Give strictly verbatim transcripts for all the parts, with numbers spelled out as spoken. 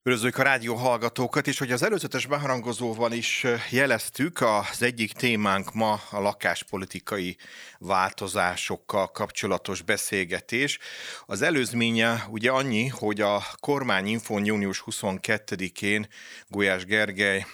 Üdvözlők a rádió hallgatókat, és hogy az előzetes beharangozóban is jeleztük, az egyik témánk ma a lakáspolitikai változásokkal kapcsolatos beszélgetés. Az előzménye ugye annyi, hogy a Kormányinfón június huszonkettedikén Gulyás Gergely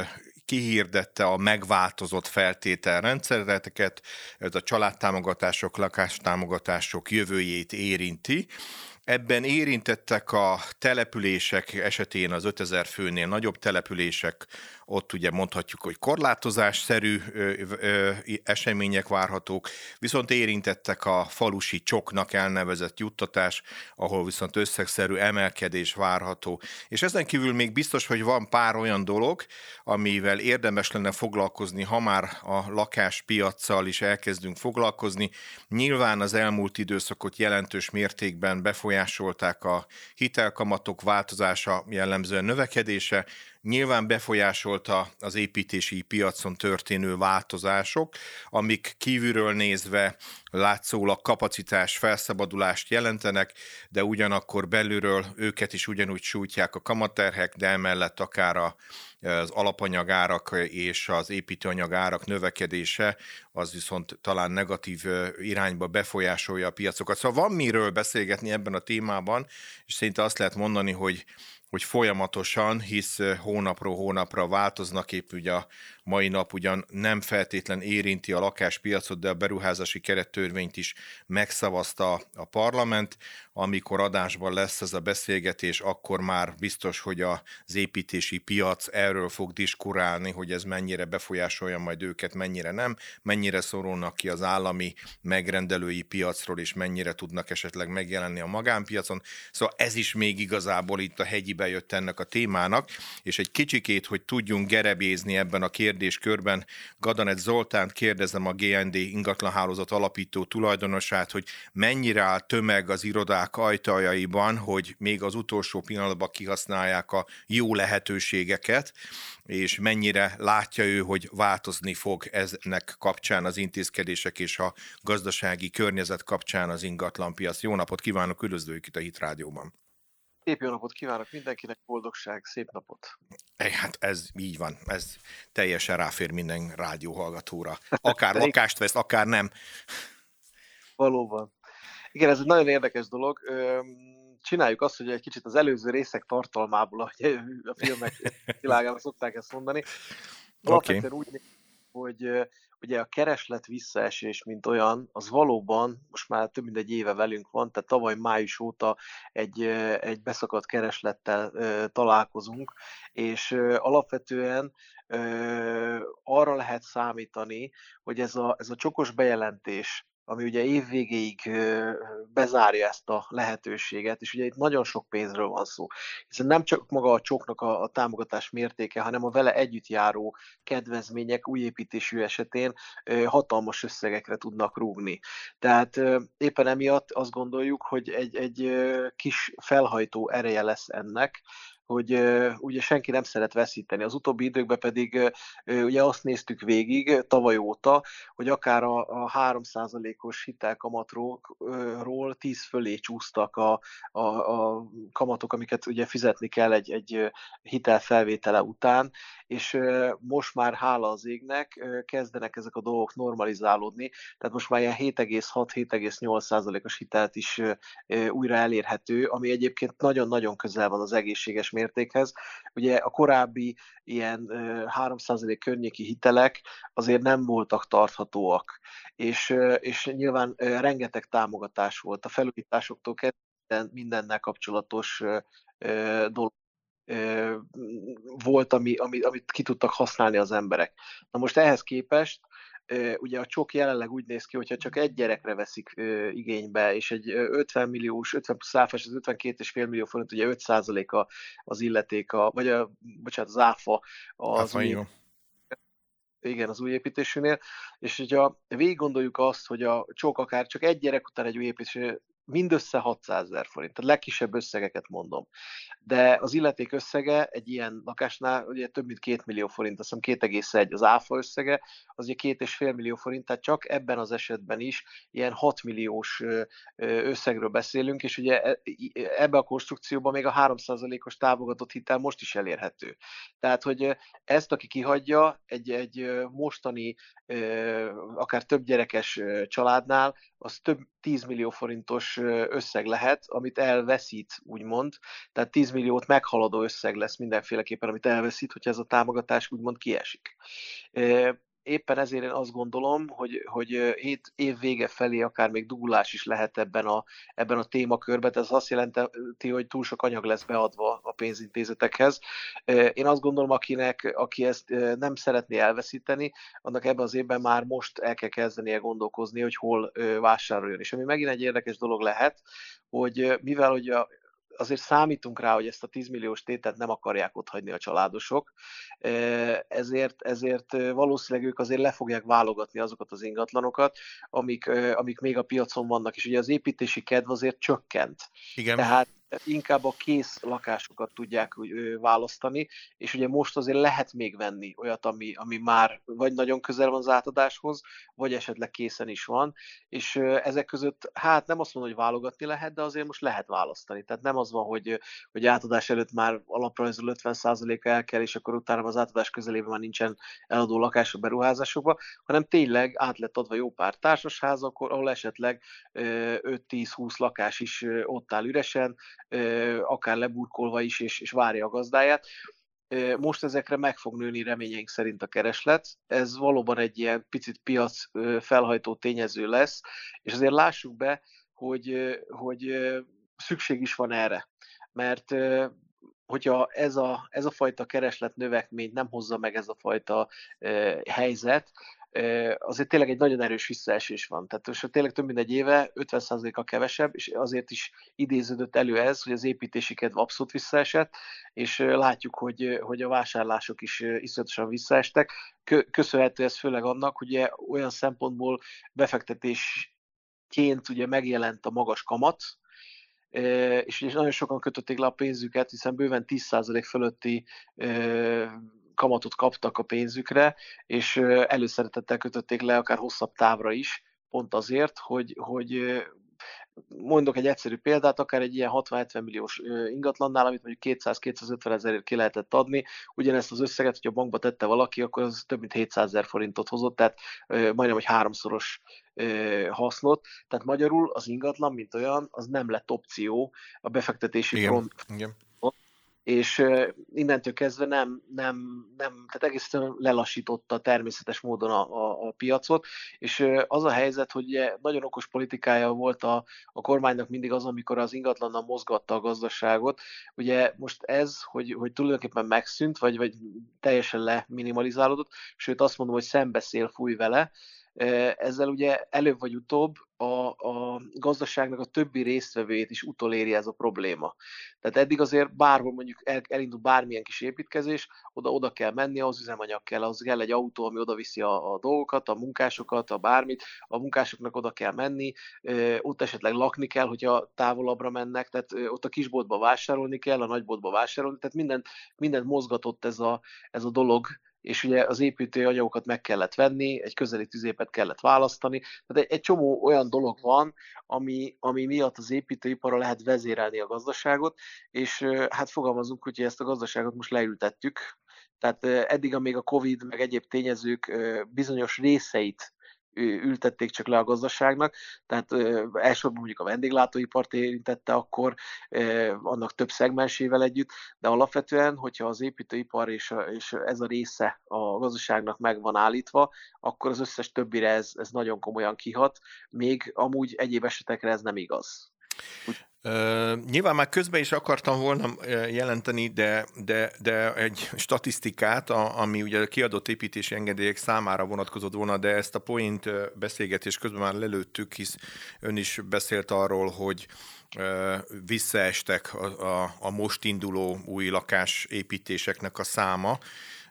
kihirdette a megváltozott feltételrendszereket, ez a családtámogatások, lakástámogatások jövőjét érinti. Ebben érintettek a települések esetén az ötezer főnél nagyobb települések, ott ugye mondhatjuk, hogy korlátozásszerű ö, ö, események várhatók, viszont érintettek a falusi csoknak elnevezett juttatás, ahol viszont összegszerű emelkedés várható. És ezen kívül még biztos, hogy van pár olyan dolog, amivel érdemes lenne foglalkozni, ha már a lakáspiaccal is elkezdünk foglalkozni. Nyilván az elmúlt időszakot jelentős mértékben befolyásolták a hitelkamatok változása, jellemzően növekedése, nyilván befolyásolta az építési piacon történő változások, amik kívülről nézve látszólag kapacitás felszabadulást jelentenek, de ugyanakkor belülről őket is ugyanúgy sújtják a kamatterhek, de emellett akár a az alapanyagárak és az építőanyagárak növekedése, az viszont talán negatív irányba befolyásolja a piacokat. Szóval van miről beszélgetni ebben a témában, és szinte azt lehet mondani, hogy hogy folyamatosan, hisz hónapról hónapra változnak, épp ugye a mai nap ugyan nem feltétlen érinti a lakáspiacot, de a beruházási kerettörvényt is megszavazta a parlament. Amikor adásban lesz ez a beszélgetés, akkor már biztos, hogy az építési piac erről fog diskurálni, hogy ez mennyire befolyásolja majd őket, mennyire nem, mennyire szorulnak ki az állami megrendelői piacról, és mennyire tudnak esetleg megjelenni a magánpiacon. Szóval ez is még igazából itt a hegyibe jött ennek a témának, és egy kicsikét, hogy tudjunk gerebézni ebben a kérdéskörben, Gadanec Zoltánt kérdezem, a gé en dé ingatlanhálózat alapító tulajdonosát, hogy mennyire áll tömeg az irodák ajtajaiban, hogy még az utolsó pillanatban kihasználják a jó lehetőségeket, és mennyire látja ő, hogy változni fog eznek kapcsán az intézkedések és a gazdasági környezet kapcsán az ingatlanpiac. Jó napot kívánok, üdvözlőjük itt a Hit Rádióban. Szép jó napot kívánok mindenkinek, boldogság, szép napot! É, hát ez így van, ez teljesen ráfér minden rádióhallgatóra. Akár lakást vesz, akár nem. Valóban. Igen, ez egy nagyon érdekes dolog. Csináljuk azt, hogy egy kicsit az előző részek tartalmából, ahogy a filmek világában szokták ezt mondani. Alapvetően okay. Úgy, hogy ugye a kereslet visszaesés, mint olyan, az valóban most már több mint egy éve velünk van, tehát tavaly május óta egy, egy beszakadt kereslettel találkozunk, és alapvetően arra lehet számítani, hogy ez a, ez a csokos bejelentés, ami ugye évvégéig bezárja ezt a lehetőséget, és ugye itt nagyon sok pénzről van szó. Hiszen nem csak maga a csoknak a, a támogatás mértéke, hanem a vele együtt járó kedvezmények újépítésű esetén hatalmas összegekre tudnak rúgni. Tehát éppen emiatt azt gondoljuk, hogy egy, egy kis felhajtó ereje lesz ennek, hogy uh, ugye senki nem szeret veszíteni. Az utóbbi időkben pedig uh, ugye azt néztük végig tavaly óta, hogy akár a, a három százalékos hitelkamatról tíz fölé csúsztak a, a, a kamatok, amiket ugye fizetni kell egy, egy hitelfelvétele után, és uh, most már hála az égnek uh, kezdenek ezek a dolgok normalizálódni, tehát most már ilyen hét egész hat - hét egész nyolc százalékos hitelt is uh, uh, újra elérhető, ami egyébként nagyon-nagyon közel van az egészséges mértékhez. Ugye a korábbi ilyen három százalék környéki hitelek azért nem voltak tarthatóak, és, és nyilván rengeteg támogatás volt a felújításoktól kezdve mindennel kapcsolatos dolog volt, ami, ami, amit ki tudtak használni az emberek. Na most ehhez képest ugye a csok jelenleg úgy néz ki, hogyha csak egy gyerekre veszik igénybe, és egy ötven milliós, ötven plusz áfás, az ötvenkét egész öt millió forint, ugye öt százaléka az illetéka, vagy a, bocsánat, az áfa az új, igen, az új építésűnél, és hogyha végig gondoljuk azt, hogy a csok akár csak egy gyerek után egy új építésűnél mindössze hatszázezer forint, tehát legkisebb összegeket mondom. De az illeték összege egy ilyen lakásnál ugye több mint két millió forint, azt hiszem két egész egy az áfa összege, az ugye két és fél millió forint, tehát csak ebben az esetben is ilyen hat milliós összegről beszélünk, és ugye ebbe a konstrukcióban még a három százalékos támogatott hitel most is elérhető. Tehát, hogy ezt, aki kihagyja, egy, egy mostani, akár több gyerekes családnál, az több tíz millió forintos összeg lehet, amit elveszít, úgymond. Tehát tíz milliót meghaladó összeg lesz mindenféleképpen, amit elveszít, hogyha ez a támogatás úgymond kiesik. Éppen ezért én azt gondolom, hogy, hogy hét év vége felé akár még dugulás is lehet ebben a, ebben a témakörben. Ez azt jelenti, hogy túl sok anyag lesz beadva a pénzintézetekhez. Én azt gondolom, akinek, aki ezt nem szeretné elveszíteni, annak ebben az évben már most el kell kezdenie gondolkozni, hogy hol vásároljon. És ami megint egy érdekes dolog lehet, hogy mivel hogy a azért számítunk rá, hogy ezt a tíz milliós tételt nem akarják otthagyni a családosok, ezért, ezért valószínűleg ők azért le fogják válogatni azokat az ingatlanokat, amik, amik még a piacon vannak, és ugye az építési kedv azért csökkent. Igen. Tehát inkább a kész lakásokat tudják választani, és ugye most azért lehet még venni olyat, ami, ami már vagy nagyon közel van az átadáshoz, vagy esetleg készen is van, és ezek között, hát nem azt mondom, hogy válogatni lehet, de azért most lehet választani. Tehát nem az van, hogy, hogy átadás előtt már alaprajzol ötven százaléka el kell, és akkor utána az átadás közelében már nincsen eladó lakás a beruházásokba, hanem tényleg át lett adva jó pár társasházakor, ahol esetleg öt-tíz-húsz lakás is ott áll üresen, akár leburkolva is, és, és várja a gazdáját. Most ezekre meg fog nőni reményeink szerint a kereslet. Ez valóban egy ilyen picit piac felhajtó tényező lesz, és azért lássuk be, hogy, hogy szükség is van erre. Mert hogyha ez a, ez a fajta kereslet növekményt nem hozza meg ez a fajta helyzet, azért tényleg egy nagyon erős visszaesés van. Tehát most tényleg több mint egy éve ötven százaléka kevesebb, és azért is idéződött elő ez, hogy az építési kedv abszolút visszaesett, és látjuk, hogy, hogy a vásárlások is iszonyatosan visszaestek. Köszönhető ez főleg annak, hogy ugye olyan szempontból befektetésként ugye megjelent a magas kamat, és ugye nagyon sokan kötötték le a pénzüket, hiszen bőven tíz százalék fölötti kamatot kaptak a pénzükre, és előszeretettel kötötték le akár hosszabb távra is, pont azért, hogy, hogy mondok egy egyszerű példát, akár egy ilyen hatvan-hetven milliós ingatlannál, amit mondjuk kétszáz-kétszázötven ezerért ki lehetett adni, ugyanezt az összeget, hogyha a bankba tette valaki, akkor az több mint hétszázezer forintot hozott, tehát majdnem, hogy háromszoros hasznot. Tehát magyarul az ingatlan, mint olyan, az nem lett opció a befektetési front. Igen. És innentől kezdve nem, nem, nem tehát egészen lelassította természetes módon a, a, a piacot, és az a helyzet, hogy ugye nagyon okos politikája volt a, a kormánynak mindig az, amikor az ingatlannal mozgatta a gazdaságot. Ugye most ez, hogy, hogy tulajdonképpen megszűnt, vagy, vagy teljesen leminimalizálódott, sőt azt mondom, hogy szembeszél fúj vele, ezzel ugye előbb vagy utóbb a, a gazdaságnak a többi résztvevőjét is utoléri ez a probléma. Tehát eddig azért bárhol mondjuk el, elindul bármilyen kis építkezés, oda, oda kell menni, ahhoz üzemanyag kell, ahhoz kell egy autó, ami oda viszi a, a dolgokat, a munkásokat, a bármit, a munkásoknak oda kell menni, ott esetleg lakni kell, hogyha távolabbra mennek, tehát ott a kisboltba vásárolni kell, a nagyboltba vásárolni, tehát mindent, mindent mozgatott ez a, ez a dolog, és ugye az építőanyagokat meg kellett venni, egy közeli tüzépet kellett választani. Tehát egy, egy csomó olyan dolog van, ami, ami miatt az építőiparra lehet vezérelni a gazdaságot, és hát fogalmazunk, hogy ezt a gazdaságot most leültettük. Tehát eddig, amíg a Covid, meg egyéb tényezők bizonyos részeit ültették csak le a gazdaságnak, tehát elsősorban mondjuk a vendéglátóipart érintette akkor, annak több szegmensével együtt, de alapvetően, hogyha az építőipar és, a, és ez a része a gazdaságnak meg van állítva, akkor az összes többire ez, ez nagyon komolyan kihat, még amúgy egyéb esetekre ez nem igaz. Úgy... Uh, nyilván már közben is akartam volna jelenteni, de, de, de egy statisztikát, a, ami ugye a kiadott építési engedélyek számára vonatkozott volna, de ezt a point beszélgetés közben már lelőttük, hisz ön is beszélt arról, hogy uh, visszaestek a, a, a most induló új lakásépítéseknek a száma.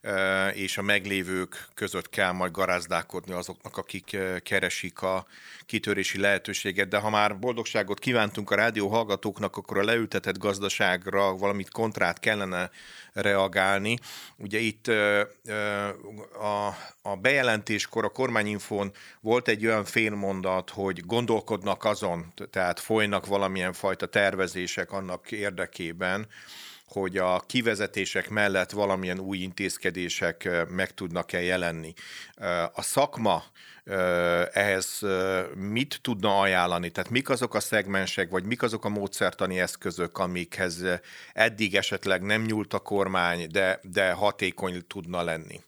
és a meglévők között kell majd garázdálkodni azoknak, akik keresik a kitörési lehetőséget. De ha már boldogságot kívántunk a rádió hallgatóknak, akkor a leültetett gazdaságra valamit kontrát kellene reagálni. Ugye itt a, a bejelentéskor a kormányinfón volt egy olyan félmondat, hogy gondolkodnak azon, tehát folynak valamilyen fajta tervezések annak érdekében, hogy a kivezetések mellett valamilyen új intézkedések meg tudnak-e jelenni. A szakma ehhez mit tudna ajánlani? Tehát mik azok a szegmensek, vagy mik azok a módszertani eszközök, amikhez eddig esetleg nem nyúlt a kormány, de, de hatékony tudna lenni?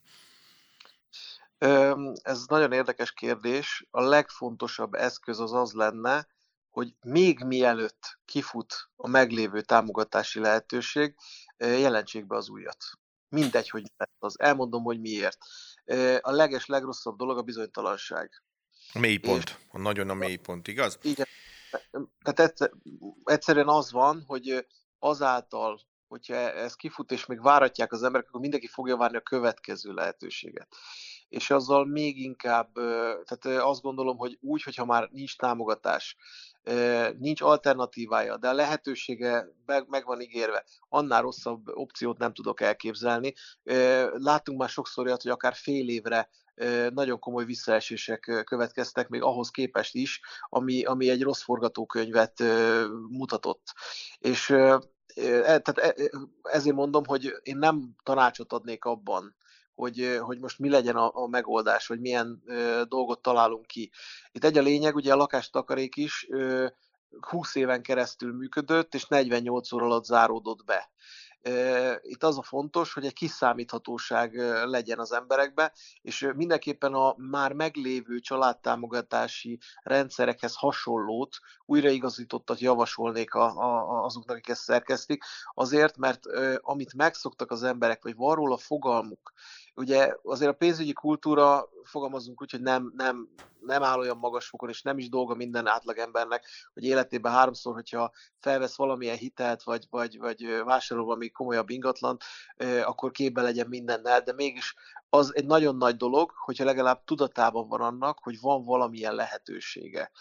Ez nagyon érdekes kérdés. A legfontosabb eszköz az az lenne, hogy még mielőtt kifut a meglévő támogatási lehetőség, jelentsék be az újat. Mindegy, hogy az. Elmondom, hogy miért. A leges, legrosszabb dolog a bizonytalanság. A mélypont. És a nagyon a mélypont, igaz? Igen. Tehát egyszerűen az van, hogy azáltal, hogyha ez kifut, és még váratják az emberek, akkor mindenki fogja várni a következő lehetőséget. És azzal még inkább, tehát azt gondolom, hogy úgy, hogyha már nincs támogatás, nincs alternatívája, de a lehetősége meg, meg van ígérve, annál rosszabb opciót nem tudok elképzelni. Láttunk már sokszor olyat, hogy akár fél évre nagyon komoly visszaesések következtek, még ahhoz képest is, ami, ami egy rossz forgatókönyvet mutatott. És tehát ezért mondom, hogy én nem tanácsot adnék abban, hogy, hogy most mi legyen a, a megoldás, hogy milyen ö, dolgot találunk ki. Itt egy a lényeg, ugye a lakástakarék is ö, húsz éven keresztül működött, és negyvennyolc óra alatt záródott be. Itt az a fontos, hogy egy kiszámíthatóság legyen az emberekbe, és mindenképpen a már meglévő családtámogatási rendszerekhez hasonlót, újraigazítottat javasolnék a, a, azoknak, akik ezt szerkesztik, azért, mert amit megszoktak az emberek, vagy van róla fogalmuk, ugye azért a pénzügyi kultúra, fogalmazunk úgy, hogy nem, nem, nem áll olyan magas fokon, és nem is dolga minden átlagembernek, hogy életében háromszor, hogyha felvesz valamilyen hitelt, vagy, vagy, vagy vásárol valami komolyabb ingatlant, akkor képbe legyen mindennel, de mégis az egy nagyon nagy dolog, hogyha legalább tudatában van annak, hogy van valamilyen lehetősége.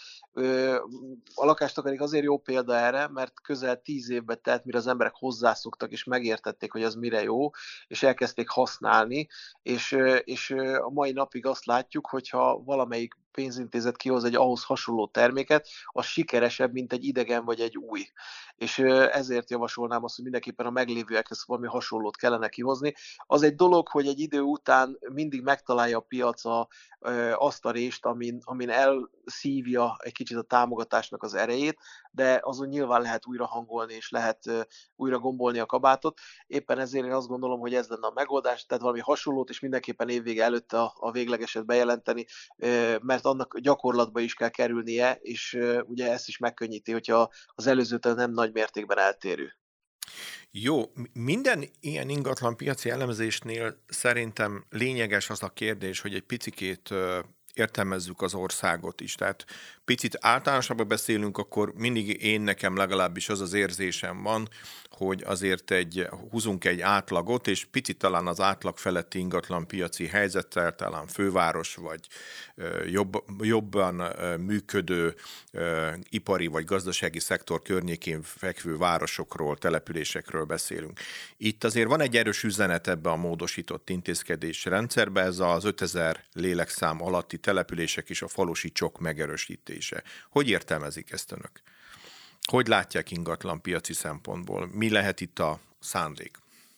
A lakástakarék azért jó példa erre, mert közel tíz évbe telt, mire az emberek hozzászoktak, és megértették, hogy az mire jó, és elkezdték használni, és, és a mai napig azt látjuk, hogyha valamelyik pénzintézet kihoz egy ahhoz hasonló terméket, az sikeresebb, mint egy idegen vagy egy új. És ezért javasolnám azt, hogy mindenképpen a meglévőekhez valami hasonlót kellene kihozni. Az egy dolog, hogy egy idő után mindig megtalálja a piac a, azt a rést, amin, amin elszívja egy kicsit a támogatásnak az erejét, de azon nyilván lehet újra hangolni, és lehet újra gombolni a kabátot. Éppen ezért én azt gondolom, hogy ez lenne a megoldás, tehát valami hasonlót, és mindenképpen évvége előtt a, a véglegeset bejelenteni, mert annak gyakorlatba is kell kerülnie, és ugye ezt is megkönnyíti, hogyha az előzőtől nem nagy mértékben eltérő. Jó, minden ilyen ingatlan piaci elemzésnél szerintem lényeges az a kérdés, hogy egy picikét értelmezzük az országot is. Tehát picit általánosabban beszélünk, akkor mindig én nekem legalábbis az az érzésem van, hogy azért egy, húzunk egy átlagot, és picit talán az átlag feletti ingatlan piaci helyzettel, talán főváros, vagy jobb, jobban működő ipari vagy gazdasági szektor környékén fekvő városokról, településekről beszélünk. Itt azért van egy erős üzenet ebbe a módosított intézkedés rendszerbe, ez az ötezer lélekszám alatti települések és a falusi csok megerősítése. Hogy értelmezik ezt önök? Hogy látják ingatlan piaci szempontból? Mi lehet itt a szándék?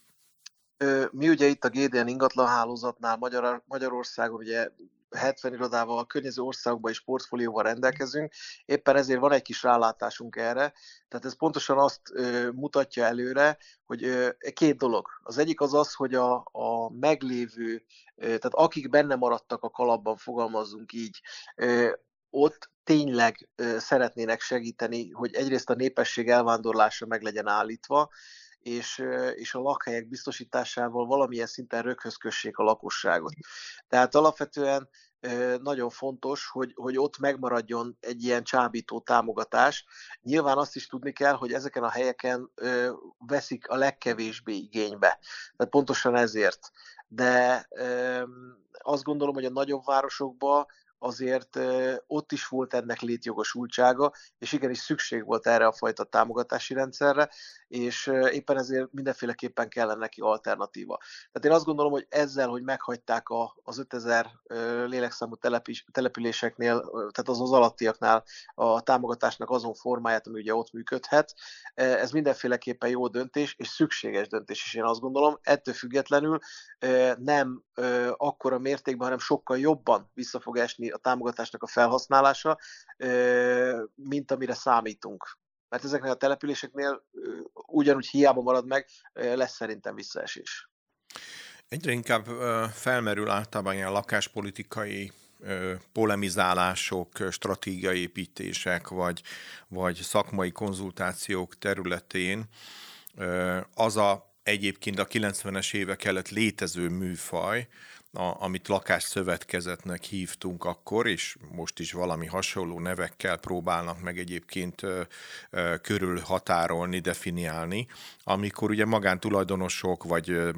Mi ugye itt a gé dé en ingatlanhálózatnál Magyar, Magyarországon ugye hetven irodával a környező országokban is portfólióval rendelkezünk, éppen ezért van egy kis rálátásunk erre, tehát ez pontosan azt ö, mutatja előre, hogy ö, két dolog. Az egyik az az, hogy a, a meglévő, ö, tehát akik benne maradtak a kalapban, fogalmazzunk így, ö, ott tényleg ö, szeretnének segíteni, hogy egyrészt a népesség elvándorlása meg legyen állítva, és, és a lakhelyek biztosításával valamilyen szinten röghöz kössék a lakosságot. Tehát alapvetően nagyon fontos, hogy, hogy ott megmaradjon egy ilyen csábító támogatás. Nyilván azt is tudni kell, hogy ezeken a helyeken veszik a legkevésbé igénybe. Tehát pontosan ezért. de azt gondolom, hogy a nagyobb városokban azért ott is volt ennek létjogosultsága, és igenis szükség volt erre a fajta támogatási rendszerre, és éppen ezért mindenféleképpen kellene neki alternatíva. Tehát én azt gondolom, hogy ezzel, hogy meghagyták a, az ötezer lélekszámú telepis, településeknél, tehát az az alattiaknál a támogatásnak azon formáját, ami ugye ott működhet, ez mindenféleképpen jó döntés, és szükséges döntés is, én azt gondolom. Ettől függetlenül nem akkora mértékben, hanem sokkal jobban vissza fog esni a támogatásnak a felhasználása, mint amire számítunk. Mert ezeknél a településeknél ugyanúgy hiába marad meg, lesz szerintem visszaesés. Egyre inkább felmerül általában ilyen lakáspolitikai polemizálások, stratégiai építések, vagy, vagy szakmai konzultációk területén az a egyébként a kilencvenes évek előtt létező műfaj, a, amit lakásszövetkezetnek hívtunk akkor, és most is valami hasonló nevekkel próbálnak meg egyébként ö, ö, körülhatárolni, definiálni, amikor ugye magántulajdonosok vagy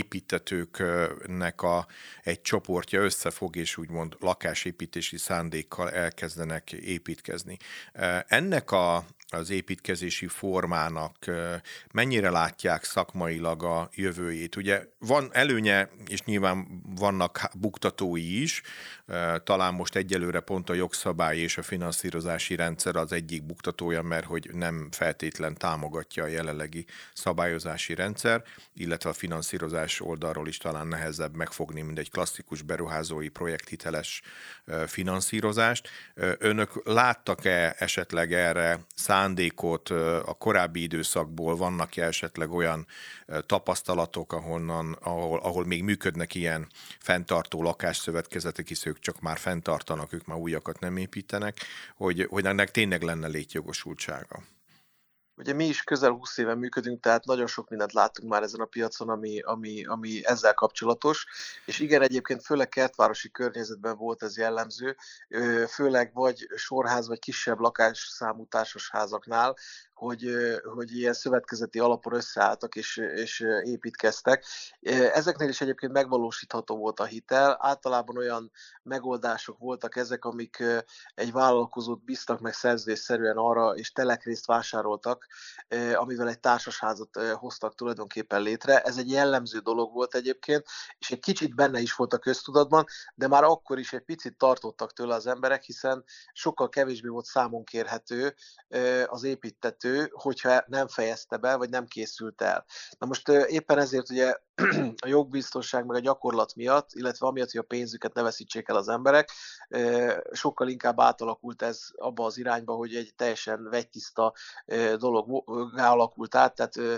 magánépítetőknek a, egy csoportja összefog, és úgymond lakásépítési szándékkal elkezdenek építkezni. Ennek a az építkezési formának mennyire látják szakmailag a jövőjét? Ugye van előnye, és nyilván vannak buktatói is, talán most egyelőre pont a jogszabály és a finanszírozási rendszer az egyik buktatója, mert hogy nem feltétlen támogatja a jelenlegi szabályozási rendszer, illetve a finanszírozás oldalról is talán nehezebb megfogni, mint egy klasszikus beruházói projekthiteles finanszírozást. Önök láttak-e esetleg erre szándékot a korábbi időszakból, vannak-e esetleg olyan tapasztalatok, ahonnan, ahol, ahol még működnek ilyen fenntartó lakásszövetkezetek, hisz ők csak már fenntartanak, ők már újakat nem építenek, hogy, hogy ennek tényleg lenne létjogosultsága? Ugye mi is közel húsz éve működünk, tehát nagyon sok mindent láttunk már ezen a piacon, ami, ami, ami ezzel kapcsolatos. És igen, egyébként főleg kertvárosi környezetben volt ez jellemző, főleg vagy sorház, vagy kisebb lakásszámú társasházaknál, hogy, hogy ilyen szövetkezeti alapon összeálltak és, és építkeztek. Ezeknél is egyébként megvalósítható volt a hitel. Általában olyan megoldások voltak ezek, amik egy vállalkozót bíztak meg szerződésszerűen arra, és telekrészt vásároltak, amivel egy társasházat hoztak tulajdonképpen létre. Ez egy jellemző dolog volt egyébként, és egy kicsit benne is volt a köztudatban, de már akkor is egy picit tartottak tőle az emberek, hiszen sokkal kevésbé volt számon kérhető az építtető, hogyha nem fejezte be, vagy nem készült el. Na most éppen ezért ugye a jogbiztonság meg a gyakorlat miatt, illetve amiatt, hogy a pénzüket ne veszítsék el az emberek, sokkal inkább átalakult ez abba az irányba, hogy egy teljesen vegytiszta dolog alakult át, tehát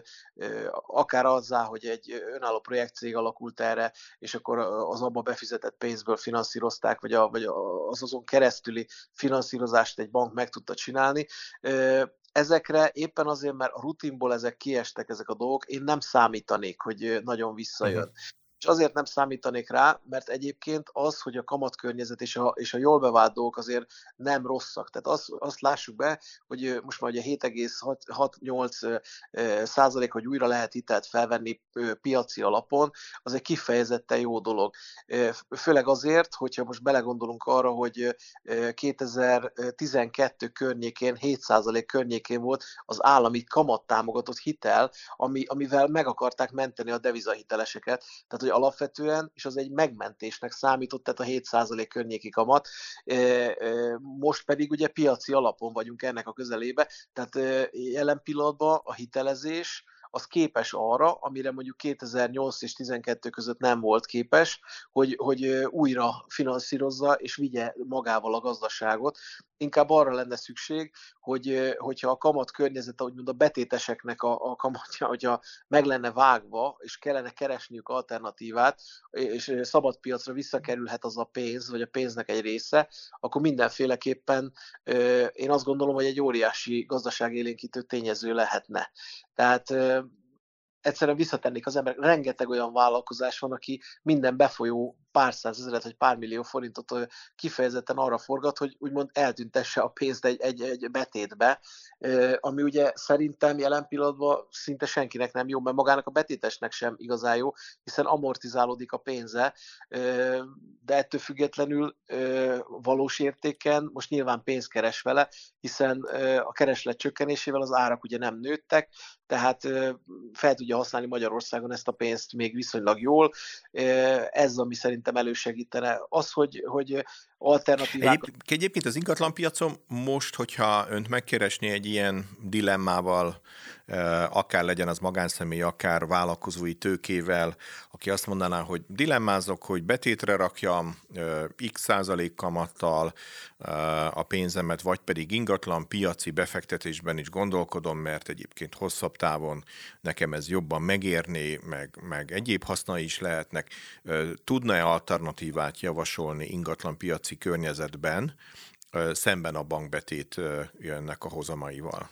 akár azzá, hogy egy önálló projektcég alakult erre, és akkor az abba befizetett pénzből finanszírozták, vagy, a, vagy az azon keresztüli finanszírozást egy bank meg tudta csinálni. Ezekre éppen azért, mert a rutinból ezek kiestek, ezek a dolgok, én nem számítanék, hogy nagyon visszajön. Uh-huh. És azért nem számítanék rá, mert egyébként az, hogy a kamatkörnyezet és a, és a jól bevált dolgok azért nem rosszak. Tehát azt, azt lássuk be, hogy most már ugye hét egész hatvannyolc százalék, hogy újra lehet hitelt felvenni piaci alapon, az egy kifejezetten jó dolog. Főleg azért, hogyha most belegondolunk arra, hogy kétezer-tizenkettő környékén, hét százalék környékén volt az állami kamattámogatott hitel, ami, amivel meg akarták menteni a devizahiteleseket. Tehát, hogy alapvetően, és az egy megmentésnek számított, tehát a hét százalék környéki kamat, most pedig ugye piaci alapon vagyunk ennek a közelébe, tehát jelen pillanatban a hitelezés az képes arra, amire mondjuk kétezer-nyolc és tizenkettő között nem volt képes, hogy, hogy újra finanszírozza és vigye magával a gazdaságot. Inkább arra lenne szükség, hogy, hogyha a kamat környezet, ahogy mond, a betéteseknek a, a kamatja, hogyha meg lenne vágva, és kellene keresniük alternatívát, és szabad piacra visszakerülhet az a pénz, vagy a pénznek egy része, akkor mindenféleképpen én azt gondolom, hogy egy óriási gazdaságélénkítő tényező lehetne. Tehát egyszerűen visszatennék az emberek. Rengeteg olyan vállalkozás van, aki minden befolyó pár százezret vagy pár millió forintot ö, kifejezetten arra forgat, hogy úgymond eltüntesse a pénzt egy, egy, egy betétbe, ö, ami ugye szerintem jelen pillanatban szinte senkinek nem jó, mert magának a betétesnek sem igazán jó, hiszen amortizálódik a pénze, ö, de ettől függetlenül ö, valós értéken most nyilván pénzt keres vele, hiszen ö, a kereslet csökkenésével az árak ugye nem nőttek, tehát ö, fel tudja használni Magyarországon ezt a pénzt még viszonylag jól. Ez, ami szerintem elősegítene. Az, hogy, hogy alternatívákat... Egyéb, egyébként az ingatlanpiacon most, hogyha önt megkeresné egy ilyen dilemmával, akár legyen az magánszemély, akár vállalkozói tőkével, aki azt mondaná, hogy dilemmázok, hogy betétre rakjam x százalék kamattal a pénzemet, vagy pedig ingatlan piaci befektetésben is gondolkodom, mert egyébként hosszabb távon nekem ez jobban megérné, meg, meg egyéb hasznai is lehetnek. Tudna-e alternatívát javasolni ingatlan piaci környezetben, szemben a bankbetét jönnek a hozamaival?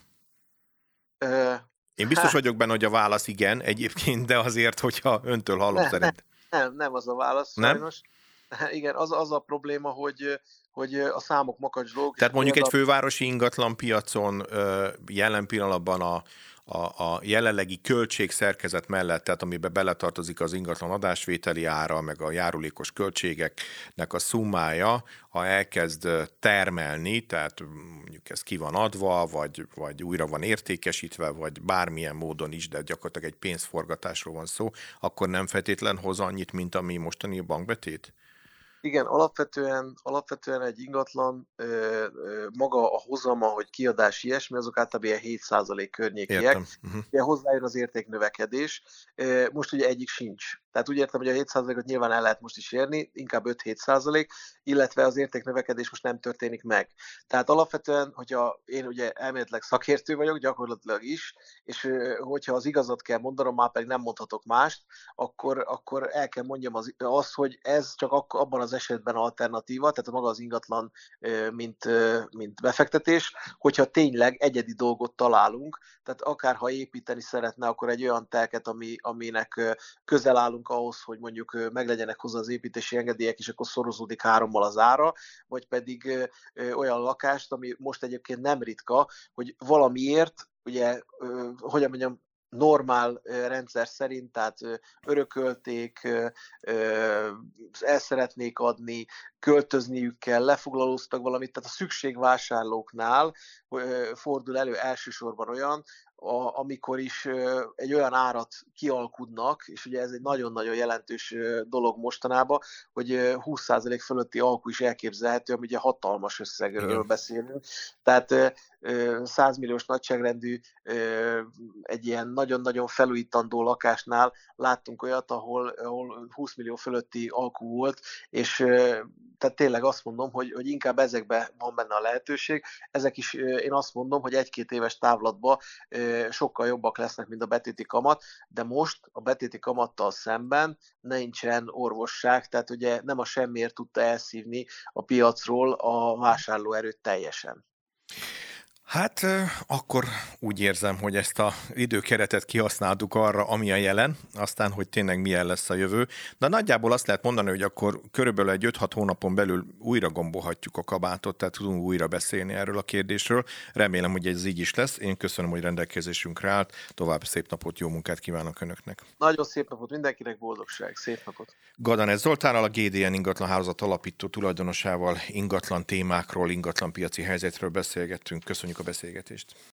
Ö, Én biztos hát, vagyok benne, hogy a válasz igen egyébként, de azért, hogyha öntől hallom ne, szerint. ne, nem, nem az a válasz, Nem? sajnos. Igen, az, az a probléma, hogy, hogy a számok makacslók. Tehát mondjuk egy a... fővárosi ingatlan piacon jelen pillanatban a, a, a jelenlegi költségszerkezet mellett, tehát amiben beletartozik az ingatlan adásvételi ára, meg a járulékos költségeknek a szummája, ha elkezd termelni, tehát mondjuk ez ki van adva, vagy, vagy újra van értékesítve, vagy bármilyen módon is, de gyakorlatilag egy pénzforgatásról van szó, akkor nem feltétlen hoz annyit, mint ami mostani a bankbetét? Igen, alapvetően, alapvetően egy ingatlan ö, ö, maga a hozama, hogy kiadás ilyesmi, azok általában ilyen hét százalék környékiek. Értem. Uh-huh. Ugye hozzájön az értéknövekedés. Most ugye egyik sincs. Tehát úgy értem, hogy a hét százalékot nyilván el lehet most is érni, inkább öt-hét százalék, illetve az értéknövekedés most nem történik meg. Tehát alapvetően, hogyha én ugye elméletileg szakértő vagyok, gyakorlatilag is, és hogyha az igazat kell mondanom, már pedig nem mondhatok mást, akkor, akkor el kell mondjam az, azt, hogy ez csak ak- abban az esetben alternatíva, tehát maga az ingatlan, mint, mint befektetés, hogyha tényleg egyedi dolgot találunk, tehát akár ha építeni szeretne, akkor egy olyan telket, ami, aminek közel állunk ahhoz, hogy mondjuk meglegyenek hozzá az építési engedélyek, és akkor szorozódik hárommal az ára, vagy pedig olyan lakást, ami most egyébként nem ritka, hogy valamiért, ugye, hogyan mondjam, normál rendszer szerint, tehát örökölték, el szeretnék adni, költözniük kell, lefoglalóztak valamit, tehát a szükségvásárlóknál fordul elő elsősorban olyan, a, amikor is egy olyan árat kialkudnak, és ugye ez egy nagyon-nagyon jelentős dolog mostanában, hogy húsz százalék fölötti alkú is elképzelhető, ami ugye hatalmas összegről beszélünk. Tehát száz milliós nagyságrendű egy ilyen nagyon-nagyon felújítandó lakásnál láttunk olyat, ahol, ahol húsz millió fölötti alkú volt, és tehát tényleg azt mondom, hogy, hogy inkább ezekben van benne a lehetőség. Ezek is, én azt mondom, hogy egy-két éves távlatban sokkal jobbak lesznek, mint a betéti kamat, de most a betéti kamattal szemben nincsen orvosság, tehát ugye nem a semmiért tudta elszívni a piacról a vásárlóerőt teljesen. Hát akkor úgy érzem, hogy ezt az időkeretet kihasználtuk arra, ami a jelen, aztán, hogy tényleg milyen lesz a jövő. De nagyjából azt lehet mondani, hogy akkor körülbelül egy öt-hat hónapon belül újra gombolhatjuk a kabátot, tehát tudunk újra beszélni erről a kérdésről. Remélem, hogy ez így is lesz. Én köszönöm, hogy rendelkezésünkre állt. További szép napot, jó munkát kívánok Önöknek. Nagyon szép napot mindenkinek, boldogság, szép napot. Gadanez Zoltánnal, a gé dé en ingatlan hálózat alapító tulajdonosával ingatlan témákról, ingatlan piaci helyzetről beszélgettünk. Köszönjük a beszélgetést.